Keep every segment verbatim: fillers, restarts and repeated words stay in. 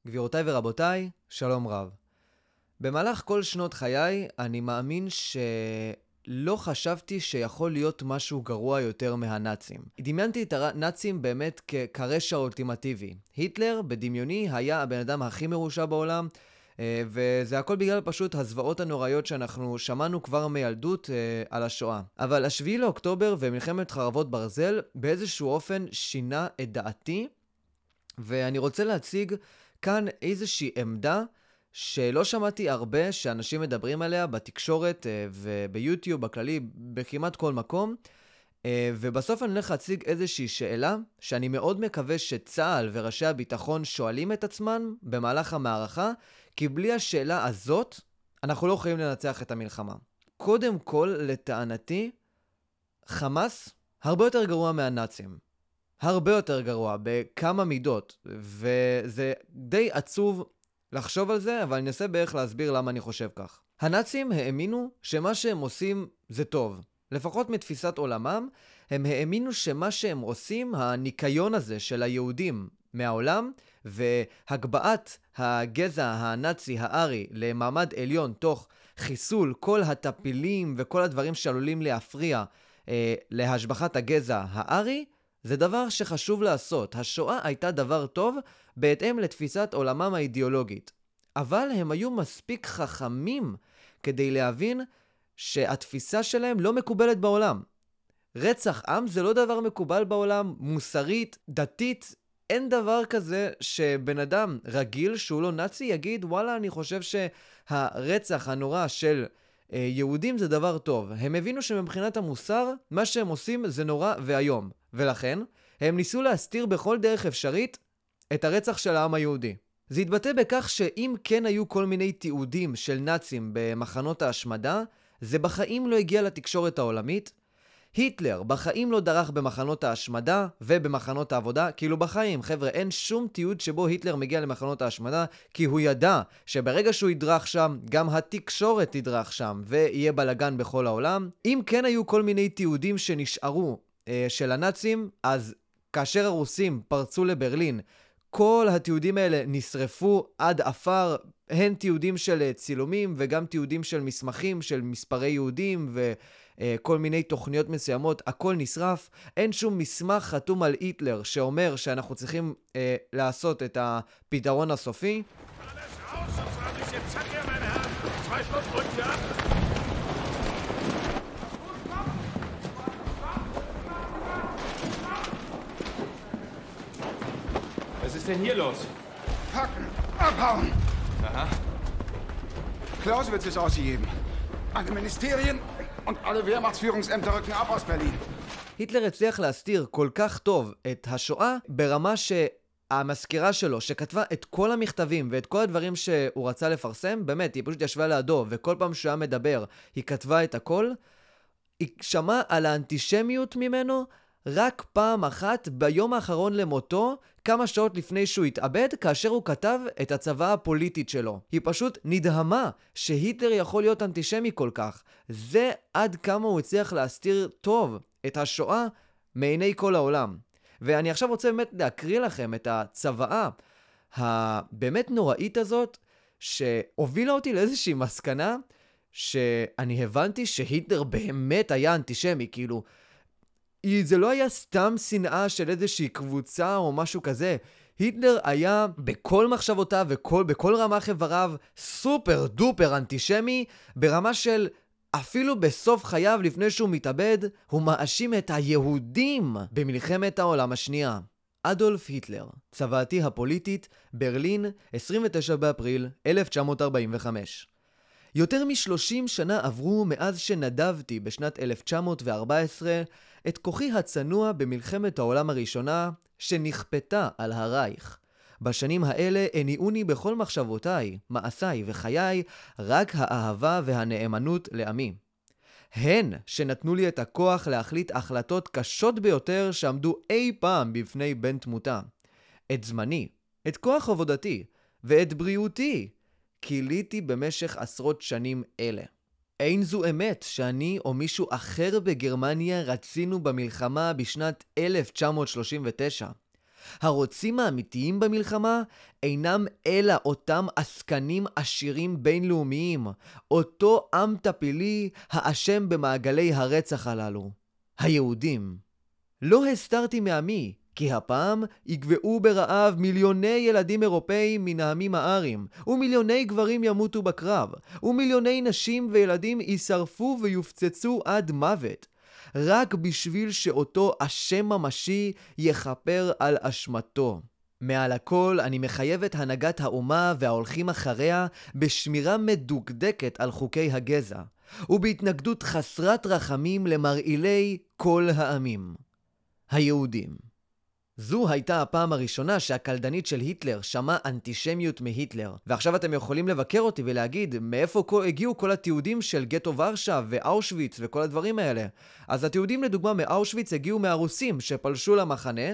גבירותיי ורבותיי, שלום רב. במהלך כל שנות חיי אני מאמין שלא חשבתי שיכול להיות משהו גרוע יותר מהנאצים. דמיינתי את הנאצים באמת כרשע האולטימטיבי. היטלר בדמיוני היה הבן אדם הכי מרושע בעולם, וזה הכל בגלל פשוט הזוועות הנוראיות שאנחנו שמענו כבר מילדות על השואה. אבל השביעי לאוקטובר ומלחמת חרבות ברזל באיזשהו אופן שינה את דעתי, ואני רוצה להציג כאן איזושהי עמדה שלא שמעתי הרבה שאנשים מדברים עליה בתקשורת וביוטיוב בכללי, בכמעט כל מקום. ובסוף אני הולך להציג איזושהי שאלה שאני מאוד מקווה שצה"ל וראשי הביטחון שואלים את עצמם במהלך המערכה, כי בלי השאלה הזאת אנחנו לא יכולים לנצח את המלחמה. קודם כל, לטענתי, חמאס הרבה יותר גרוע מהנאצים. הרבה יותר גרוע, בכמה מידות, וזה די עצוב לחשוב על זה, אבל אני אנסה בערך להסביר למה אני חושב כך. הנאצים האמינו שמה שהם עושים זה טוב. לפחות מתפיסת עולמם, הם האמינו שמה שהם עושים, הניקיון הזה של היהודים מהעולם, והגבעת הגזע הנאצי הארי למעמד עליון תוך חיסול כל הטפילים וכל הדברים שעלולים להפריע אה, להשבחת הגזע הארי, זה דבר שחשוב לעשות. השואה הייתה דבר טוב בהתאם לתפיסת עולמם האידיאולוגית. אבל הם היו מספיק חכמים כדי להבין שהתפיסה שלהם לא מקובלת בעולם. רצח עם זה לא דבר מקובל בעולם, מוסרית, דתית. אין דבר כזה שבן אדם רגיל שהוא לא נאצי יגיד, וואלה, אני חושב שהרצח הנורא של יהודים זה דבר טוב. הם הבינו שמבחינת המוסר, מה שהם עושים זה נורא והיום. ולכן, הם ניסו להסתיר בכל דרך אפשרית את הרצח של העם היהודי. זה התבטא בכך שאם כן היו כל מיני תיעודים של נאצים במחנות ההשמדה, זה בחיים לא הגיע לתקשורת העולמית. היטלר בחיים לא דרך במחנות ההשמדה ובמחנות העבודה, כאילו בחיים, חבר'ה, אין שום תיעוד שבו היטלר מגיע למחנות ההשמדה, כי הוא ידע שברגע שהוא ידרך שם, גם התקשורת תדרך שם, ויהיה בלגן בכל העולם. אם כן היו כל מיני תיעודים שנשארו אה, של הנאצים, אז כאשר הרוסים פרצו לברלין, כל התיעודים האלה נשרפו עד אפר, הן תיעודים של צילומים וגם תיעודים של מסמכים, של מספרי יהודים וכל מיני תוכניות מסוימות, הכל נשרף. אין שום מסמך חתום על היטלר שאומר שאנחנו צריכים אה, לעשות את הפתרון הסופי. Was ist denn hier los? Packen, abhauen! Aha. Clausewitz ist ausgegeben. Alle Ministerien und alle Wehrmachtsführungsämter rücken ab aus Berlin. היטלר הצליח להסתיר כל כך טוב את השואה ברמה שהמזכירה שלו, שכתבה את כל המכתבים ואת כל הדברים שהוא רצה לפרסם, באמת, היא פשוט ישבה לידו, וכל פעם שהוא היה מדבר, היא כתבה את הכל. היא שמעה על האנטישמיות ממנו רק פעם אחת ביום האחרון למותו, כמה שעות לפני שהוא התאבד, כאשר הוא כתב את הצבא הפוליטית שלו. היא פשוט נדהמה שהיטלר יכול להיות אנטישמי כל כך. זה עד כמה הוא הצליח להסתיר טוב את השואה מעיני כל העולם. ואני עכשיו רוצה באמת להקריא לכם את הצוואה הבאמת נוראית הזאת, שהובילה אותי לאיזושהי מסקנה שאני הבנתי שהיטלר באמת היה אנטישמי, כאילו זה לא היה סתם שנאה של איזושהי קבוצה או משהו כזה. היטלר היה בכל מחשבותיו וכל, בכל רמה חבריו סופר דופר אנטישמי, ברמה של אפילו בסוף חייו לפני שהוא מתאבד, הוא מאשים את היהודים במלחמת העולם השנייה. אדולף היטלר, צוואתי הפוליטית, ברלין, עשרים ותשעה באפריל אלף תשע מאות ארבעים וחמש. יותר מ-שלושים שנה עברו מאז שנדבתי בשנת אלף תשע מאות וארבע עשרה את כוחי הצנוע במלחמת העולם הראשונה שנכפתה על הרייך. בשנים האלה הניעוני בכל מחשבותיי, מעשיי וחיי רק האהבה והנאמנות לעמי. הן שנתנו לי את הכוח להחליט החלטות קשות ביותר שעמדו אי פעם בפני בן תמותה. את זמני, את כוח עבודתי ואת בריאותי קיליתי במשך עשרות שנים אלה. אין זו אמת שאני או מישהו אחר בגרמניה רצינו במלחמה בשנת אלף תשע מאות שלושים ותשע. הרוצים האמיתיים במלחמה אינם אלא אותם עסקנים עשירים בינלאומיים, אותו עם טפילי האשם במעגלי הרצח הללו, היהודים. לא הסתרתי מעמי, כי הפעם יגבעו ברעב מיליוני ילדים אירופאים מן העמים הארים, ומיליוני גברים ימותו בקרב, ומיליוני נשים וילדים יישרפו ויופצצו עד מוות, רק בשביל שאותו אשם ממשי יכפר על אשמתו. מעל הכל אני מחייב את הנהגת האומה וההולכים אחריה בשמירה מדוקדקת על חוקי הגזע, ובהתנגדות חסרת רחמים למרעילי כל העמים, היהודים. זו הייתה הפעם הראשונה שהקלדנית של היטלר שמעה אנטישמיות מהיטלר. ועכשיו אתם יכולים לבקר אותי ולהגיד מאיפה כל, הגיעו כל התיעודים של גטו ורשה ואושוויץ וכל הדברים האלה. אז התיעודים לדוגמה מאושוויץ הגיעו מהרוסים שפלשו למחנה,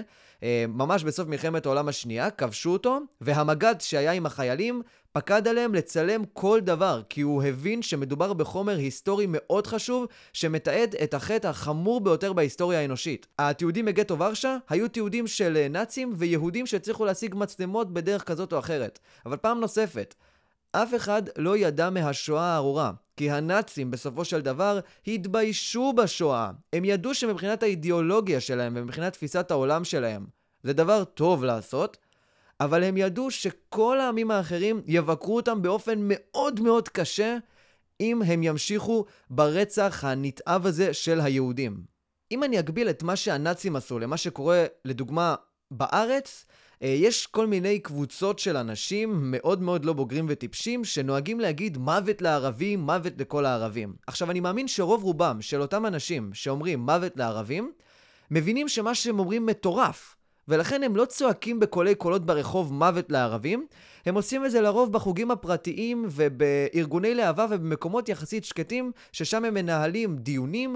ממש בסוף מלחמת העולם השנייה, כבשו אותו, והמג"ד שהיה עם החיילים פקד עליהם לצלם כל דבר, כי הוא הבין שמדובר בחומר היסטורי מאוד חשוב שמתעד את החטא החמור ביותר בהיסטוריה האנושית. התיעודים מגטו ורשה היו תיעודים של נאצים ויהודים שהצליחו להשיג מצלמות בדרך כזאת או אחרת. אבל פעם נוספת, אף אחד לא ידע מהשואה הארורה, כי הנאצים בסופו של דבר התביישו בשואה. הם ידעו שמבחינת האידיאולוגיה שלהם ומבחינת תפיסת העולם שלהם זה דבר טוב לעשות, אבל הם ידעו שכל העמים האחרים יבקרו אותם באופן מאוד מאוד קשה אם הם ימשיכו ברצח הנתעב הזה של היהודים. אם אני אגביל את מה שהנאצים עשו למה שקורה לדוגמה בארץ, יש כל מיני קבוצות של אנשים מאוד מאוד לא בוגרים וטיפשים שנוהגים להגיד מוות לערבים, מוות לכל הערבים. עכשיו אני מאמין שרוב רובם של אותם אנשים שאומרים מוות לערבים, מבינים שמה שהם אומרים מטורף. ולכן הם לא צועקים בקולי קולות ברחוב מוות לערבים, הם עושים את זה לרוב בחוגים הפרטיים ובארגוני להבה ובמקומות יחסית שקטים, ששם הם מנהלים דיונים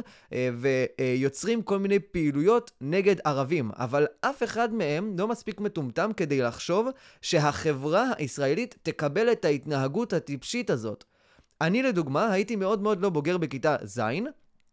ויוצרים כל מיני פעילויות נגד ערבים. אבל אף אחד מהם לא מספיק מטומטם כדי לחשוב שהחברה הישראלית תקבל את ההתנהגות הטיפשית הזאת. אני לדוגמה הייתי מאוד מאוד לא בוגר בכיתה זין,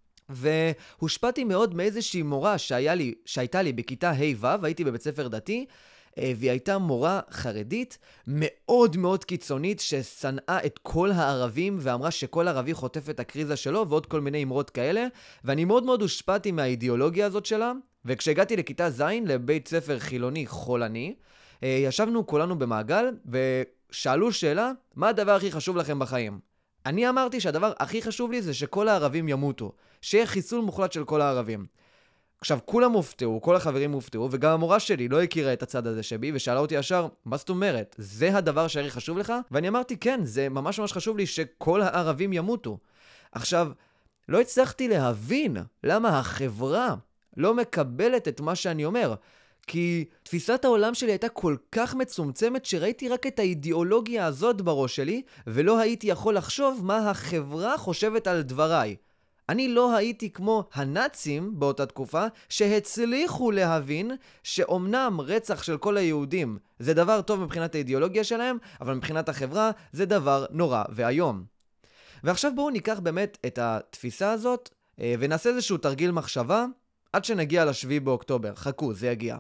והושפעתי מאוד מאיזושהי מורה שהיה לי, שהייתה לי בכיתה ה'-ו', הייתי בבית ספר דתי, והיא הייתה מורה חרדית מאוד מאוד קיצונית ששנאה את כל הערבים ואמרה שכל ערבי חוטף את הקריזה שלו ועוד כל מיני אמרות כאלה, ואני מאוד מאוד הושפעתי מהאידיאולוגיה הזאת שלה. וכשהגעתי לכיתה ז' לבית ספר חילוני חולני, ישבנו כולנו במעגל ושאלו שאלה, מה הדבר הכי חשוב לכם בחיים? אני אמרתי שהדבר הכי חשוב לי זה שכל הערבים ימותו, שיהיה חיסול מוחלט של כל הערבים. עכשיו כולם הופתעו, כל החברים הופתעו, וגם המורה שלי לא הכירה את הצד הזה שבי ושאלה אותי ישר, מה זאת אומרת? זה הדבר שהכי חשוב לך? ואני אמרתי כן, זה ממש ממש חשוב לי שכל הערבים ימותו. עכשיו, לא הצלחתי להבין למה החברה לא מקבלת את מה שאני אומר, כי תפיסת העולם שלי הייתה כל כך מצומצמת שראיתי רק את האידיאולוגיה הזאת בראש שלי, ולא הייתי יכול לחשוב מה החברה חושבת על דבריי. אני לא הייתי כמו הנאצים באותה תקופה שהצליחו להבין שאומנם רצח של כל היהודים זה דבר טוב מבחינת האידיאולוגיה שלהם, אבל מבחינת החברה זה דבר נורא והיום. ועכשיו בואו ניקח באמת את התפיסה הזאת ונעשה איזשהו תרגיל מחשבה עד שנגיע לשביעי באוקטובר. חכו, זה יגיע.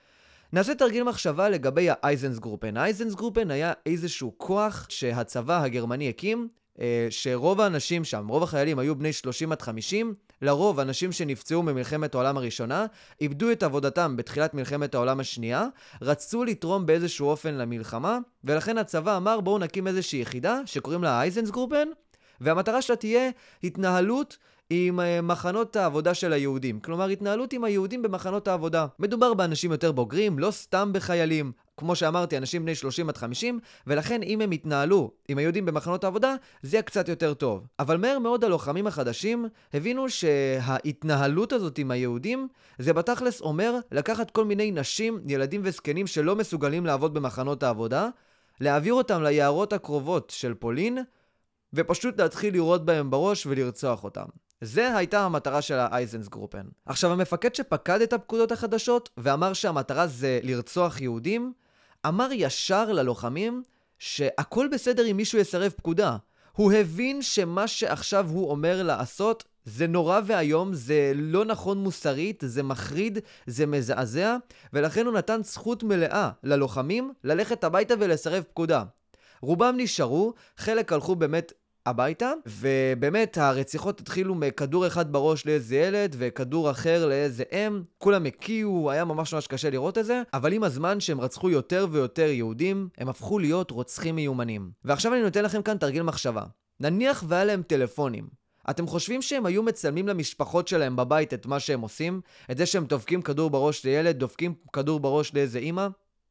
נעשה תרגיל מחשבה לגבי האייזנסגרופן. האייזנסגרופן היה איזשהו כוח שהצבא הגרמני הקים, שרוב האנשים שם, רוב החיילים היו בני שלושים עד חמישים, לרוב אנשים שנפצעו ממלחמת העולם הראשונה, איבדו את עבודתם בתחילת מלחמת העולם השנייה, רצו לתרום באיזשהו אופן למלחמה, ולכן הצבא אמר בואו נקים איזושהי יחידה שקוראים לה אייזנסגרופן, והמטרה שלה תהיה התנהלות עם מחנות העבודה של היהודים. כלומר, התנהלות עם היהודים במחנות העבודה. מדובר באנשים יותר בוגרים, לא סתם בחיילים. כמו שאמרתי, אנשים בני שלושים עד חמישים, ולכן אם הם יתנהלו עם היהודים במחנות העבודה, זה יהיה קצת יותר טוב. אבל מהר מאוד הלוחמים החדשים הבינו שההתנהלות הזאת עם היהודים, זה בתכלס אומר לקחת כל מיני נשים, ילדים וזקנים שלא מסוגלים לעבוד במחנות העבודה, להעביר אותם ליערות הקרובות של פולין, ופשוט להתחיל לראות בהם בראש ולרצוח אותם. זה הייתה המטרה של האייזנסגרופן. עכשיו, המפקד שפקד את הפקודות החדשות ואמר שהמטרה זה לרצוח יהודים, אמר ישר ללוחמים שהכל בסדר אם מישהו יסרב פקודה. הוא הבין שמה שעכשיו הוא אומר לעשות זה נורא והיום, זה לא נכון מוסרית, זה מחריד, זה מזעזע, ולכן הוא נתן זכות מלאה ללוחמים ללכת הביתה ולסרב פקודה. רובם נשארו, חלק הלכו באמת הביתה, ובאמת הרציחות התחילו מכדור אחד בראש לאיזה ילד, וכדור אחר לאיזה אם. כולם הקיעו, היה ממש ממש קשה לראות את זה, אבל עם הזמן שהם רצחו יותר ויותר יהודים, הם הפכו להיות רוצחים מיומנים. ועכשיו אני נותן לכם כאן תרגיל מחשבה. נניח והיה להם טלפונים. אתם חושבים שהם היו מצלמים למשפחות שלהם בבית את מה שהם עושים? את זה שהם דופקים כדור בראש לילד, דופקים כדור בראש לאיזה אמא?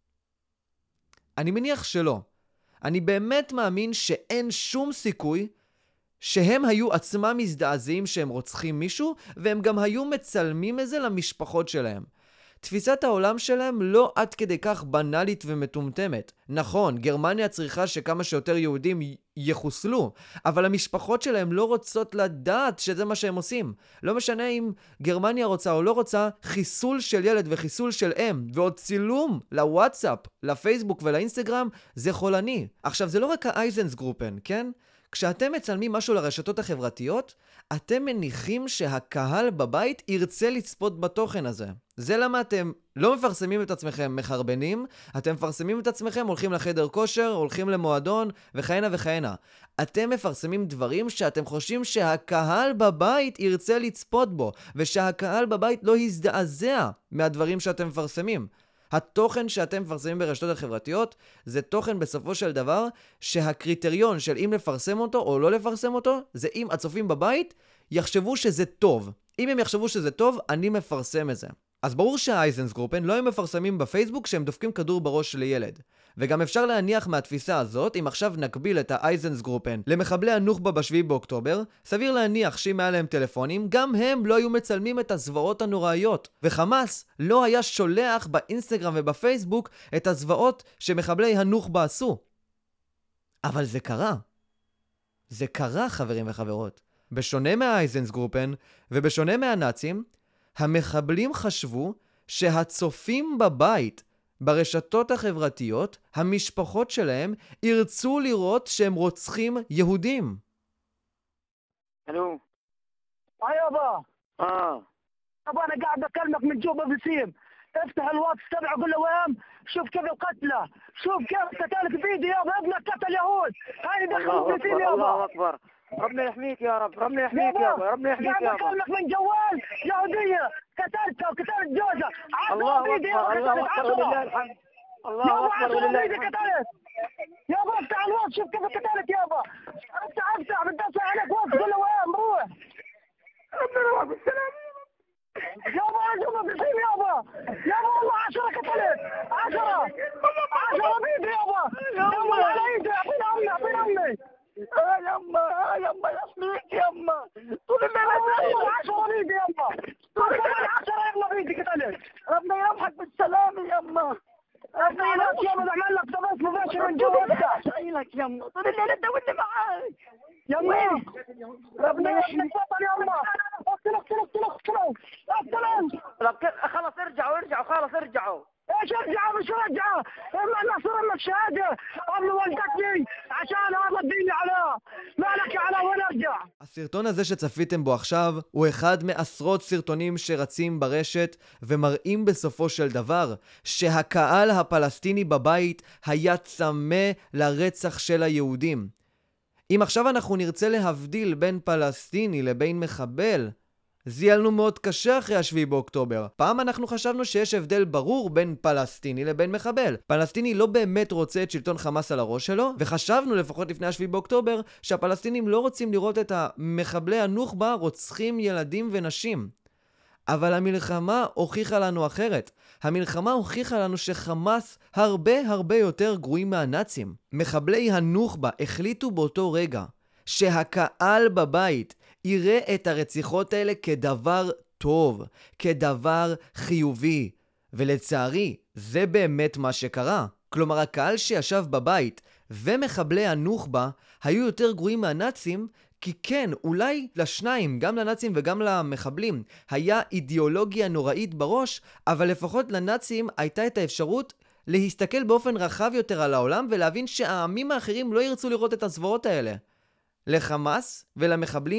אני מניח שלא. אני באמת מאמין שאין שום סיכוי שהם היו עצמם מזדעזעים שהם רוצחים מישהו, והם גם היו מצלמים את זה למשפחות שלהם. תפיסת העולם שלהם לא עד כדי כך בנאלית ומטומטמת. נכון, גרמניה צריכה שכמה שיותר יהודים יחוסלו, אבל המשפחות שלהם לא רוצות לדעת שזה מה שהם עושים. לא משנה אם גרמניה רוצה או לא רוצה, חיסול של ילד וחיסול של אם, ועוד צילום לוואטסאפ, לפייסבוק ולאינסטגרם, זה חולני. עכשיו, זה לא רק האייזנסגרופן, כן? כשאתם מצלמים משהו לרשתות החברתיות, אתם מניחים שהקהל בבית ירצה לצפות בתוכן הזה. זה למה אתם לא מפרסמים את עצמכם מחרבנים, אתם מפרסמים את עצמכם, הולכים לחדר כושר, הולכים למועדון, וכהנה וכהנה. אתם מפרסמים דברים שאתם חושבים שהקהל בבית ירצה לצפות בו, ושהקהל בבית לא יזדעזע מהדברים שאתם מפרסמים. התוכן שאתם מפרסמים ברשתות החברתיות זה תוכן בסופו של דבר שהקריטריון של אם לפרסם אותו או לא לפרסם אותו זה אם הצופים בבית יחשבו שזה טוב. אם הם יחשבו שזה טוב, אני מפרסם את זה. אז ברור שהאייזנסגרופן לא הם מפרסמים בפייסבוק שהם דופקים כדור בראש לילד. וגם אפשר להניח מהתפיסה הזאת, אם עכשיו נקביל את האייזנסגרופן למחבלי הנוח'בה בשביעי באוקטובר, סביר להניח שאם היה להם טלפונים, גם הם לא היו מצלמים את הזוועות הנוראיות. וחמאס לא היה שולח באינסטגרם ובפייסבוק את הזוועות שמחבלי הנוח'בה עשו. אבל זה קרה. זה קרה, חברים וחברות. בשונה מהאייזנסגרופן ובשונה מהנאצים, המחבלים חשבו שהצופים בבית ברשתות החברתיות, המשפחות שלהם ירצו לראות שהם רוצחים יהודים. الو اه يابا اه ابا انا قاعد اكلمك من جوبا بسيم. افتح الواتس تبعه قول له وين شوف كيف القتله شوف كيف قتلك بيدي يابا ابنك قتل يهود هاي دخل الله بسيم اكبر يابا الله اكبر ربنا يحميك يا رب ربنا يحميك يابا ربنا يحميك قاعد يابا اكلمك من جوال يهوديه قتلتها وقتلت جوزها الله عشرة بيدي اكبر يابا الله قتلت اكبر ولله عشرة الحمد الله يابا اكبر عشرة ولله بيدي الحمد قتلت يابا افتح الواتس شوف كيف قتلت يابا افتح افتح بدي اسمع عليك واتس قول له وين بروح ربنا يوفقك بالسلامه يابا جوبا بسيم يابا يابا والله عشرة قتلت عشرة عشرة بيدي يابا يابا على ايدي اعطيني امي اعطيني امي اه يما اه يما يحميك يما طول الليل والله عشرة بيدي يابا عشرة يلا بيدي قتلت ربنا يرحمك بالسلامه يما ربنا يلاك يابا بعمل لك تبص مباشر من جوا افتح شايلك يما طول الليل انت واللي معاك يلا ربنا يحميك بطل يلا اقتل اقتل اقتل اقتل اقتل طب كيف خلص ارجعوا ارجعوا خلص ارجعوا ايش ارجع مش ارجع اما النصر اما الشهاده قبل والدتني عشان هذا الدين على مالك على وين ارجع. הסרטון הזה שצפיתם בו עכשיו הוא אחד מעשרות סרטונים שרצים ברשת ומראים בסופו של דבר שהקהל הפלסטיני בבית היה צמא לרצח של היהודים. אם עכשיו אנחנו נרצה להבדיל בין פלסטיני לבין מחבל, זיילנו מאוד קשה אחרי השביעי באוקטובר. פעם אנחנו חשבנו שיש הבדל ברור בין פלסטיני לבין מחבל. פלסטיני לא באמת רוצה את שלטון חמאס על הראש שלו, וחשבנו לפחות לפני השביעי באוקטובר שהפלסטינים לא רוצים לראות את המחבלי הנוח'בה רוצחים ילדים ונשים. אבל המלחמה הוכיחה לנו אחרת. המלחמה הוכיחה לנו שחמאס הרבה הרבה יותר גרועים מהנאצים. מחבלי הנוח'בה החליטו באותו רגע שהקהל בבית יראה את הרציחות האלה כדבר טוב, כדבר חיובי. ולצערי, זה באמת מה שקרה. כלומר, הקהל שישב בבית ומחבלי הנוח'בה היו יותר גרועים מהנאצים, כי כן, אולי לשניים, גם לנאצים וגם למחבלים, היה אידיאולוגיה נוראית בראש, אבל לפחות לנאצים הייתה את האפשרות להסתכל באופן רחב יותר על העולם ולהבין שהעמים האחרים לא ירצו לראות את הזוועות האלה. לחמאס ולמחבלים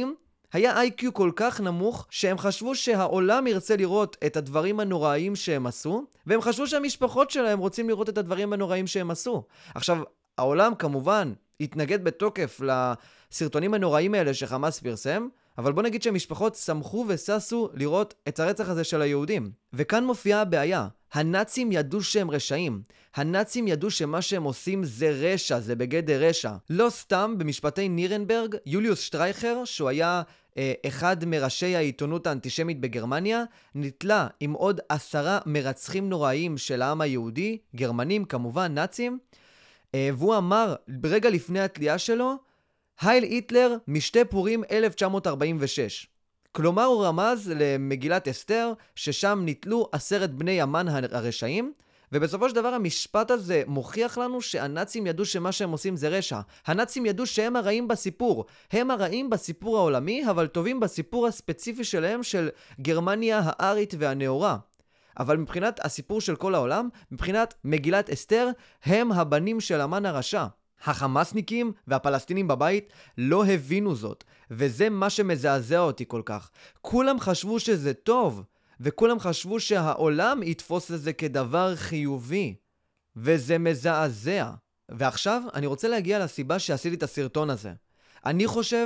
היה איי קיו כל כך נמוך שהם חשבו שהעולם ירצה לראות את הדברים הנוראים שהם עשו, והם חשבו שהמשפחות שלהם רוצים לראות את הדברים הנוראים שהם עשו. עכשיו, העולם כמובן התנגד בתוקף לסרטונים הנוראים האלה שחמאס פרסם, אבל בוא נגיד שהמשפחות שמחו וססו לראות את הרצח הזה של היהודים. וכאן מופיעה הבעיה. הנאצים ידעו שהם רשעים. הנאצים ידעו שמה שהם עושים זה רשע, זה בגדר רשע. לא סתם במשפטי נירנברג, יוליוס שטרייכר, שהוא היה אה, אחד מראשי העיתונות האנטישמית בגרמניה, נתלה עם עוד עשרה מרצחים נוראיים של העם היהודי, גרמנים כמובן, נאצים, אה, והוא אמר ברגע לפני התלייה שלו, הייל היטלר משתה פורים אלף תשע מאות ארבעים ושש. כלומר הוא רמז למגילת אסתר ששם נתלו עשרת בני המן הרשעים, ובסופו של דבר המשפט הזה מוכיח לנו שהנאצים ידעו שמה שהם עושים זה רשע. הנאצים ידעו שהם הרעים בסיפור. הם הרעים בסיפור העולמי, אבל טובים בסיפור הספציפי שלהם של גרמניה הארית והנאורה. אבל מבחינת הסיפור של כל העולם, מבחינת מגילת אסתר, הם הבנים של המן הרשע. החמאסניקים והפלסטינים בבית לא הבינו זאת, וזה מה שמזעזע אותי כל כך. כולם חשבו שזה טוב, וכולם חשבו שהעולם יתפוס לזה כדבר חיובי, וזה מזעזע. ועכשיו אני רוצה להגיע לסיבה שעשיתי את הסרטון הזה. אני חושב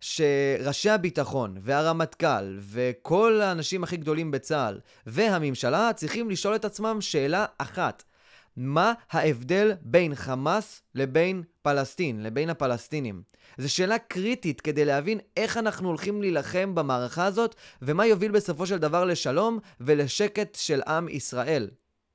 שראשי הביטחון והרמטכ"ל וכל האנשים הכי גדולים בצה"ל והממשלה צריכים לשאול את עצמם שאלה אחת. מה ההבדל בין חמאס לבין פלסטין, לבין הפלסטינים? זו שאלה קריטית כדי להבין איך אנחנו הולכים להילחם במערכה הזאת, ומה יוביל בסופו של דבר לשלום ולשקט של עם ישראל.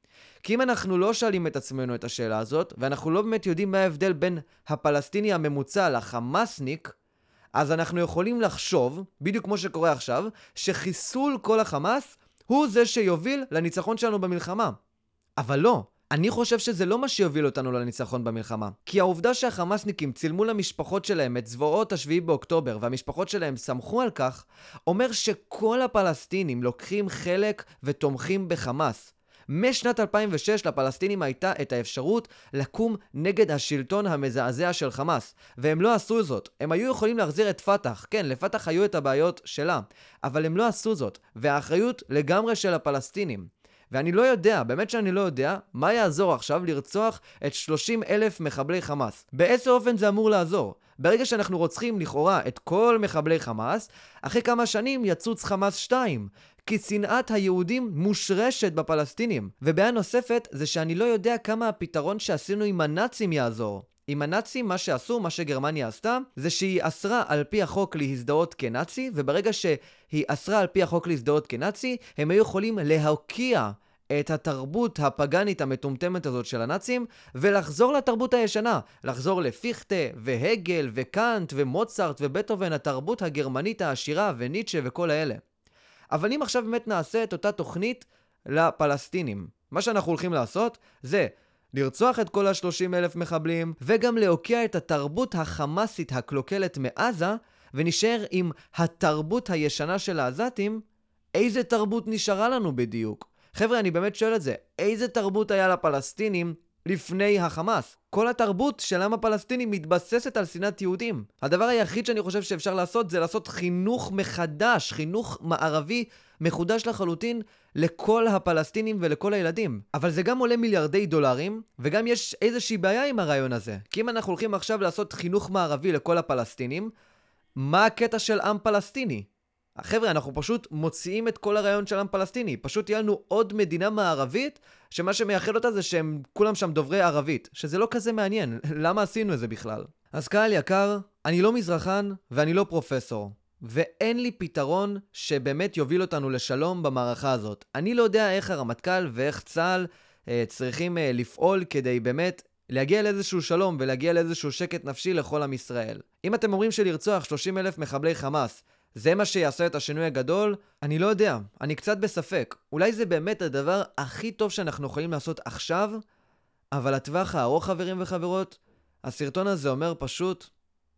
כי אם אנחנו לא שואלים את עצמנו את השאלה הזאת, ואנחנו לא באמת יודעים מה ההבדל בין הפלסטיני הממוצע לחמאסניק, אז אנחנו יכולים לחשוב, בדיוק כמו שקורה עכשיו, שחיסול כל החמאס הוא זה שיוביל לניצחון שלנו במלחמה. אבל לא. אני חושב שזה לא מה שיוביל אותנו לניצחון במלחמה. כי העובדה שהחמאסניקים צילמו למשפחות שלהם את זוועות השביעי באוקטובר, והמשפחות שלהם שמחו על כך, אומר שכל הפלסטינים לוקחים חלק ותומכים בחמאס. משנת אלפיים ושש לפלסטינים הייתה את האפשרות לקום נגד השלטון המזעזע של חמאס, והם לא עשו זאת. הם היו יכולים להחזיר את פתח, כן, לפתח היו את הבעיות שלה, אבל הם לא עשו זאת, והאחריות לגמרי של הפלסטינים. ואני לא יודע, באמת שאני לא יודע, מה יעזור עכשיו לרצוח את שלושים אלף מחבלי חמאס. באיזה אופן זה אמור לעזור? ברגע שאנחנו רוצחים לכאורה את כל מחבלי חמאס, אחרי כמה שנים יצוץ חמאס שתיים. כי שנאת היהודים מושרשת בפלסטינים. ובעיה נוספת זה שאני לא יודע כמה הפתרון שעשינו עם הנאצים יעזור. עם הנאצים מה שעשו, מה שגרמניה עשתה, זה שהיא אסרה על פי החוק להזדהות כנאצי, וברגע שהיא אסרה על פי החוק להזדהות כנאצי, הם היו יכולים להוקיע את התרבות הפגנית המטומטמת הזאת של הנאצים, ולחזור לתרבות הישנה, לחזור לפיכטה והגל וקאנט ומוצרט ובטהובן, התרבות הגרמנית העשירה וניטשה וכל האלה. אבל אם עכשיו באמת נעשה את אותה תוכנית לפלסטינים, מה שאנחנו הולכים לעשות זה לרצוח את כל ה-שלושים אלף מחבלים, וגם להוקיע את התרבות החמאסית הקלוקלת מעזה, ונשאר עם התרבות הישנה של העזתים. איזה תרבות נשארה לנו בדיוק? חבר'ה, אני באמת שואל את זה, איזה תרבות היה לפלסטינים לפני החמאס? כל התרבות של העם הפלסטיני מתבססת על שנאת יהודים. הדבר היחיד שאני חושב שאפשר לעשות זה לעשות חינוך מחדש, חינוך מערבי מחודש לחלוטין לכל הפלסטינים ולכל הילדים. אבל זה גם עולה מיליארדי דולרים, וגם יש איזושהי בעיה עם הרעיון הזה. כי אם אנחנו הולכים עכשיו לעשות חינוך מערבי לכל הפלסטינים, מה הקטע של עם פלסטיני? חבר'ה, אנחנו פשוט מוציאים את כל הרעיון של עם פלסטיני. פשוט יהיה לנו עוד מדינה מערבית, שמה שמייחד אותה זה שהם כולם שם דוברי ערבית. שזה לא כזה מעניין. למה עשינו את זה בכלל? אז קהל יקר, אני לא מזרחן ואני לא פרופסור. ואין לי פתרון שבאמת יוביל אותנו לשלום במערכה הזאת. אני לא יודע איך הרמטכ"ל ואיך צה"ל אה, צריכים אה, לפעול כדי באמת להגיע לאיזשהו שלום ולהגיע לאיזשהו שקט נפשי לכל עם ישראל. אם אתם אומרים שלרצוח שלושים אלף מחבלי חמאס זה מה שיעשה את השינוי הגדול, אני לא יודע, אני קצת בספק. אולי זה באמת הדבר הכי טוב שאנחנו יכולים לעשות עכשיו, אבל הטווח הארוך, חברים וחברות, הסרטון הזה אומר פשוט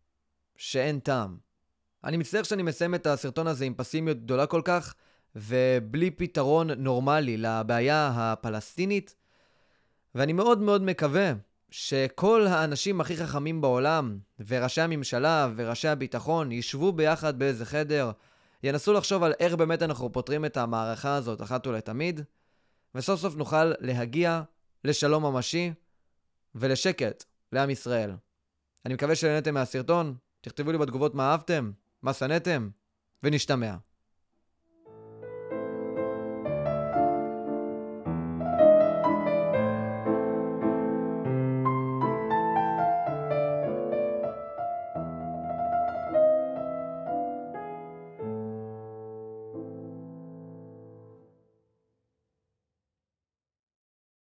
שאין טעם. אני מצטער שאני מסיים את הסרטון הזה עם פסימיות גדולה כל כך, ובלי פתרון נורמלי לבעיה הפלסטינית, ואני מאוד מאוד מקווה שכל האנשים הכי חכמים בעולם, וראשי הממשלה וראשי הביטחון, ישבו ביחד באיזה חדר, ינסו לחשוב על איך באמת אנחנו פותרים את המערכה הזאת אחת ולתמיד, וסוף סוף נוכל להגיע לשלום ממשי ולשקט לעם ישראל. אני מקווה שנהנתם מהסרטון, תכתבו לי בתגובות מה אהבתם, מה שנאתם, ונשתמע.